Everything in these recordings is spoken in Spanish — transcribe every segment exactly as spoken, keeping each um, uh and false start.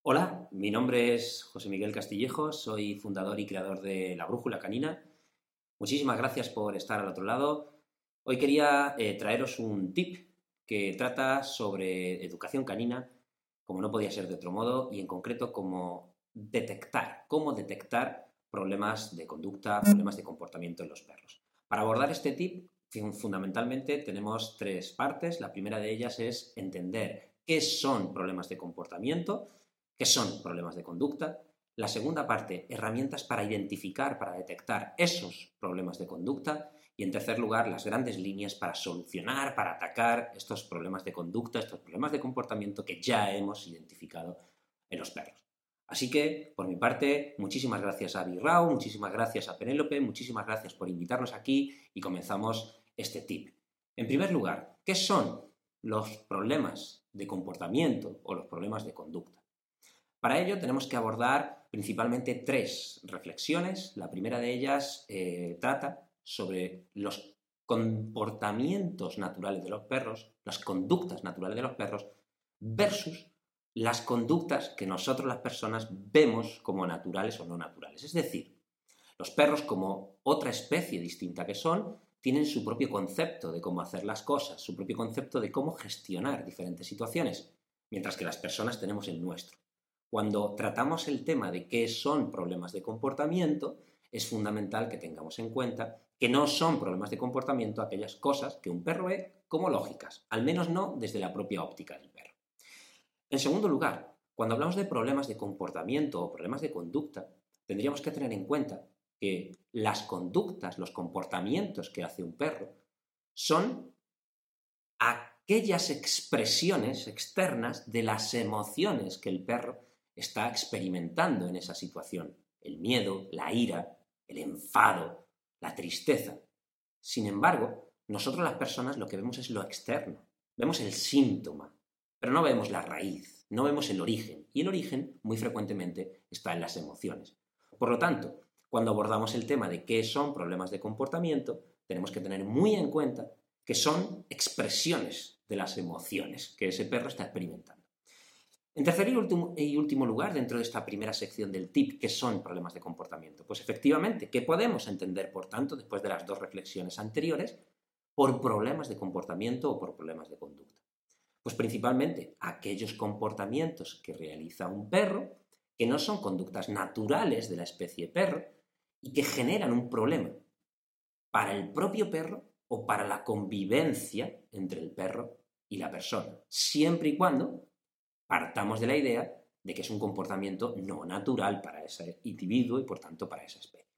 Hola, mi nombre es José Miguel Castillejo, soy fundador y creador de La Brújula Canina. Muchísimas gracias por estar al otro lado. Hoy quería eh, traeros un tip que trata sobre educación canina, como no podía ser de otro modo, y en concreto cómo detectar, cómo detectar problemas de conducta, problemas de comportamiento en los perros. Para abordar este tip, fundamentalmente tenemos tres partes. La primera de ellas es entender qué son problemas de comportamiento, qué son problemas de conducta. La segunda parte, herramientas para identificar, para detectar esos problemas de conducta. Y en tercer lugar, las grandes líneas para solucionar, para atacar estos problemas de conducta, estos problemas de comportamiento que ya hemos identificado en los perros. Así que, por mi parte, muchísimas gracias a Birrao, muchísimas gracias a Penélope, muchísimas gracias por invitarnos aquí y comenzamos este tip. En primer lugar, ¿qué son los problemas de comportamiento o los problemas de conducta? Para ello tenemos que abordar principalmente tres reflexiones. La primera de ellas eh, trata sobre los comportamientos naturales de los perros, las conductas naturales de los perros, versus las conductas que nosotros las personas vemos como naturales o no naturales. Es decir, los perros, como otra especie distinta que son, tienen su propio concepto de cómo hacer las cosas, su propio concepto de cómo gestionar diferentes situaciones, mientras que las personas tenemos el nuestro. Cuando tratamos el tema de qué son problemas de comportamiento, es fundamental que tengamos en cuenta que no son problemas de comportamiento aquellas cosas que un perro ve como lógicas, al menos no desde la propia óptica del perro. En segundo lugar, cuando hablamos de problemas de comportamiento o problemas de conducta, tendríamos que tener en cuenta que las conductas, los comportamientos que hace un perro, son aquellas expresiones externas de las emociones que el perro está experimentando en esa situación. El miedo, la ira, el enfado, la tristeza. Sin embargo, nosotros las personas lo que vemos es lo externo. Vemos el síntoma, pero no vemos la raíz, no vemos el origen. Y el origen, muy frecuentemente, está en las emociones. Por lo tanto, cuando abordamos el tema de qué son problemas de comportamiento, tenemos que tener muy en cuenta que son expresiones de las emociones que ese perro está experimentando. En tercer y último, y último lugar, dentro de esta primera sección del tip, ¿qué son problemas de comportamiento? Pues efectivamente, ¿qué podemos entender, por tanto, después de las dos reflexiones anteriores, por problemas de comportamiento o por problemas de conducta? Pues principalmente aquellos comportamientos que realiza un perro que no son conductas naturales de la especie perro y que generan un problema para el propio perro o para la convivencia entre el perro y la persona, siempre y cuando partamos de la idea de que es un comportamiento no natural para ese individuo y, por tanto, para esa especie.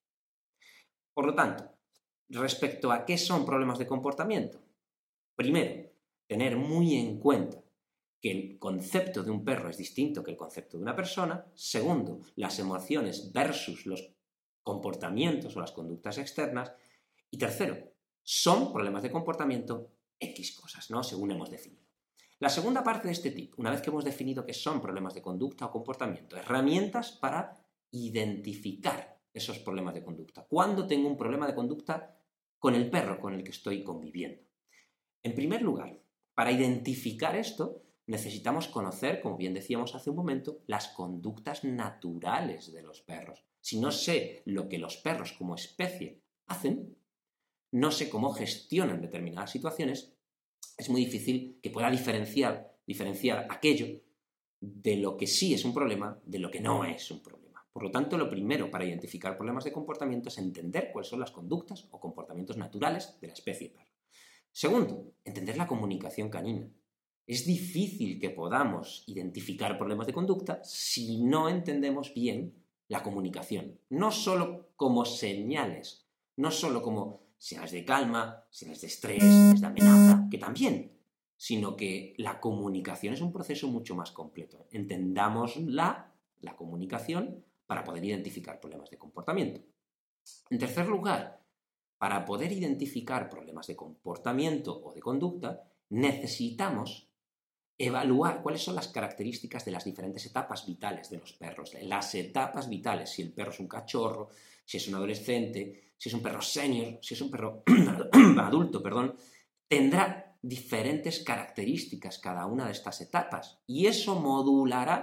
Por lo tanto, respecto a qué son problemas de comportamiento, primero, tener muy en cuenta que el concepto de un perro es distinto que el concepto de una persona. Segundo, las emociones versus los comportamientos o las conductas externas. Y tercero, son problemas de comportamiento X cosas, ¿no? Según hemos definido. La segunda parte de este tip, una vez que hemos definido qué son problemas de conducta o comportamiento, herramientas para identificar esos problemas de conducta. ¿Cuándo tengo un problema de conducta con el perro con el que estoy conviviendo? En primer lugar, para identificar esto, necesitamos conocer, como bien decíamos hace un momento, las conductas naturales de los perros. Si no sé lo que los perros como especie hacen, no sé cómo gestionan determinadas situaciones, es muy difícil que pueda diferenciar, diferenciar aquello de lo que sí es un problema de lo que no es un problema. Por lo tanto, lo primero para identificar problemas de comportamiento es entender cuáles son las conductas o comportamientos naturales de la especie perro. Segundo, entender la comunicación canina. Es difícil que podamos identificar problemas de conducta si no entendemos bien la comunicación. No solo como señales, no solo como señales de calma, señales de estrés, señales de amenaza, que también, sino que la comunicación es un proceso mucho más completo. Entendamos la, la comunicación para poder identificar problemas de comportamiento. En tercer lugar, para poder identificar problemas de comportamiento o de conducta, necesitamos evaluar cuáles son las características de las diferentes etapas vitales de los perros. Las etapas vitales, si el perro es un cachorro, si es un adolescente, si es un perro senior, si es un perro adulto, perdón, tendrá diferentes características cada una de estas etapas y eso modulará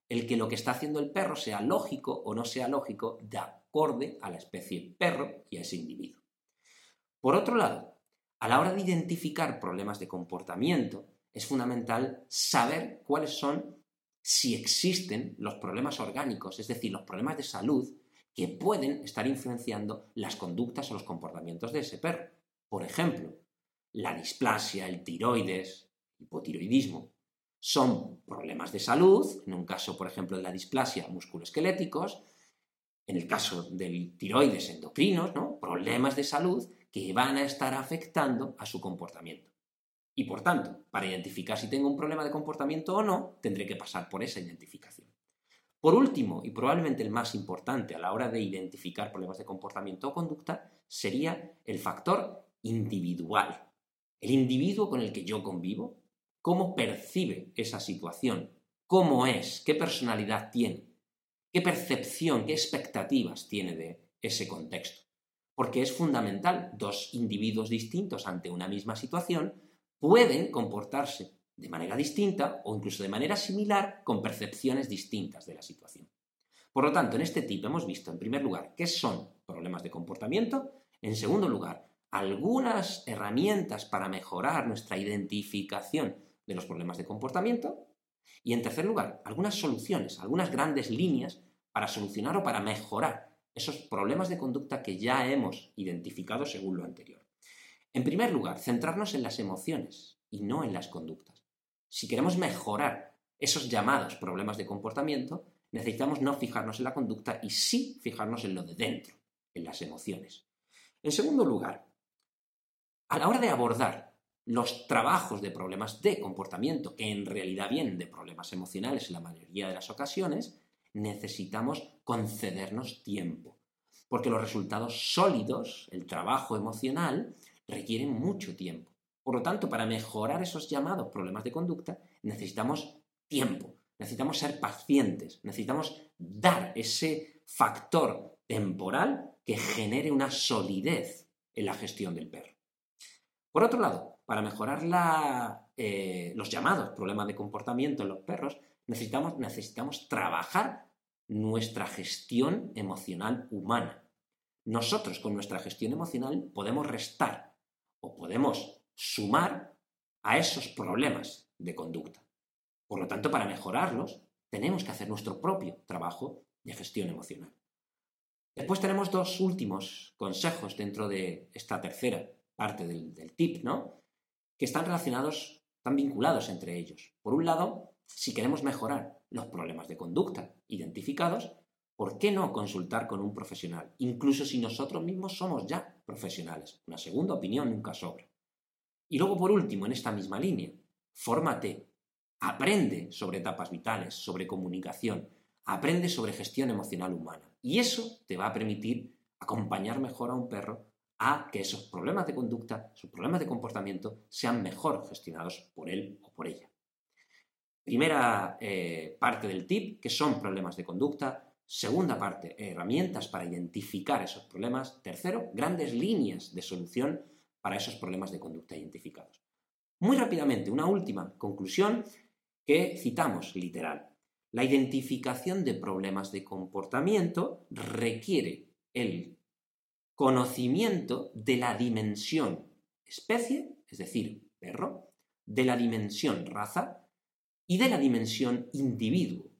el que lo que está haciendo el perro sea lógico o no sea lógico de acorde a la especie perro y a ese individuo. Por otro lado, a la hora de identificar problemas de comportamiento, es fundamental saber cuáles son, si existen, los problemas orgánicos, es decir, los problemas de salud que pueden estar influenciando las conductas o los comportamientos de ese perro. Por ejemplo, la displasia, el tiroides, el hipotiroidismo, son problemas de salud, en un caso, por ejemplo, de la displasia, musculoesqueléticos, en el caso del tiroides, endocrinos, ¿no? Problemas de salud que van a estar afectando a su comportamiento. Y, por tanto, para identificar si tengo un problema de comportamiento o no, tendré que pasar por esa identificación. Por último, y probablemente el más importante a la hora de identificar problemas de comportamiento o conducta, sería el factor individual. El individuo con el que yo convivo, cómo percibe esa situación, cómo es, qué personalidad tiene, qué percepción, qué expectativas tiene de ese contexto. Porque es fundamental, dos individuos distintos ante una misma situación pueden comportarse de manera distinta o incluso de manera similar con percepciones distintas de la situación. Por lo tanto, en este tip hemos visto, en primer lugar, qué son problemas de comportamiento, en segundo lugar, algunas herramientas para mejorar nuestra identificación de los problemas de comportamiento y, en tercer lugar, algunas soluciones, algunas grandes líneas para solucionar o para mejorar esos problemas de conducta que ya hemos identificado según lo anterior. En primer lugar, centrarnos en las emociones y no en las conductas. Si queremos mejorar esos llamados problemas de comportamiento, necesitamos no fijarnos en la conducta y sí fijarnos en lo de dentro, en las emociones. En segundo lugar, a la hora de abordar los trabajos de problemas de comportamiento, que en realidad vienen de problemas emocionales en la mayoría de las ocasiones, necesitamos concedernos tiempo, porque los resultados sólidos, el trabajo emocional, requieren mucho tiempo. Por lo tanto, para mejorar esos llamados problemas de conducta, necesitamos tiempo, necesitamos ser pacientes, necesitamos dar ese factor temporal que genere una solidez en la gestión del perro. Por otro lado, para mejorar la, eh, los llamados problemas de comportamiento en los perros, necesitamos, necesitamos trabajar nuestra gestión emocional humana. Nosotros con nuestra gestión emocional podemos restar o podemos sumar a esos problemas de conducta. Por lo tanto, para mejorarlos, tenemos que hacer nuestro propio trabajo de gestión emocional. Después tenemos dos últimos consejos dentro de esta tercera parte del, del tip, ¿no? Que están relacionados, están vinculados entre ellos. Por un lado, si queremos mejorar los problemas de conducta identificados, ¿por qué no consultar con un profesional? Incluso si nosotros mismos somos ya profesionales. Una segunda opinión nunca sobra. Y luego, por último, en esta misma línea, fórmate, aprende sobre etapas vitales, sobre comunicación, aprende sobre gestión emocional humana. Y eso te va a permitir acompañar mejor a un perro a que esos problemas de conducta, sus problemas de comportamiento, sean mejor gestionados por él o por ella. Primera eh, parte del tip, que son problemas de conducta. Segunda parte, herramientas para identificar esos problemas. Tercero, grandes líneas de solución para esos problemas de conducta identificados. Muy rápidamente, una última conclusión que citamos literal. La identificación de problemas de comportamiento requiere el conocimiento de la dimensión especie, es decir, perro, de la dimensión raza y de la dimensión individuo,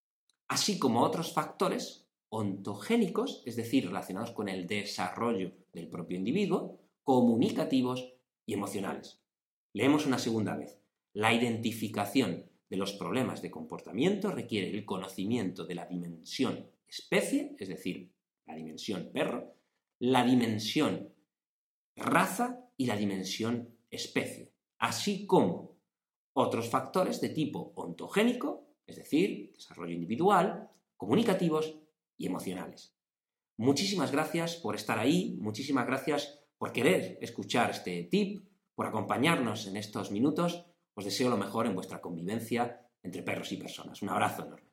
así como otros factores ontogénicos, es decir, relacionados con el desarrollo del propio individuo, comunicativos y emocionales. Leemos una segunda vez. La identificación de los problemas de comportamiento requiere el conocimiento de la dimensión especie, es decir, la dimensión perro, la dimensión raza y la dimensión especie, así como otros factores de tipo ontogénico, es decir, desarrollo individual, comunicativos y emocionales. Muchísimas gracias por estar ahí, muchísimas gracias por querer escuchar este tip, por acompañarnos en estos minutos. Os deseo lo mejor en vuestra convivencia entre perros y personas. Un abrazo enorme.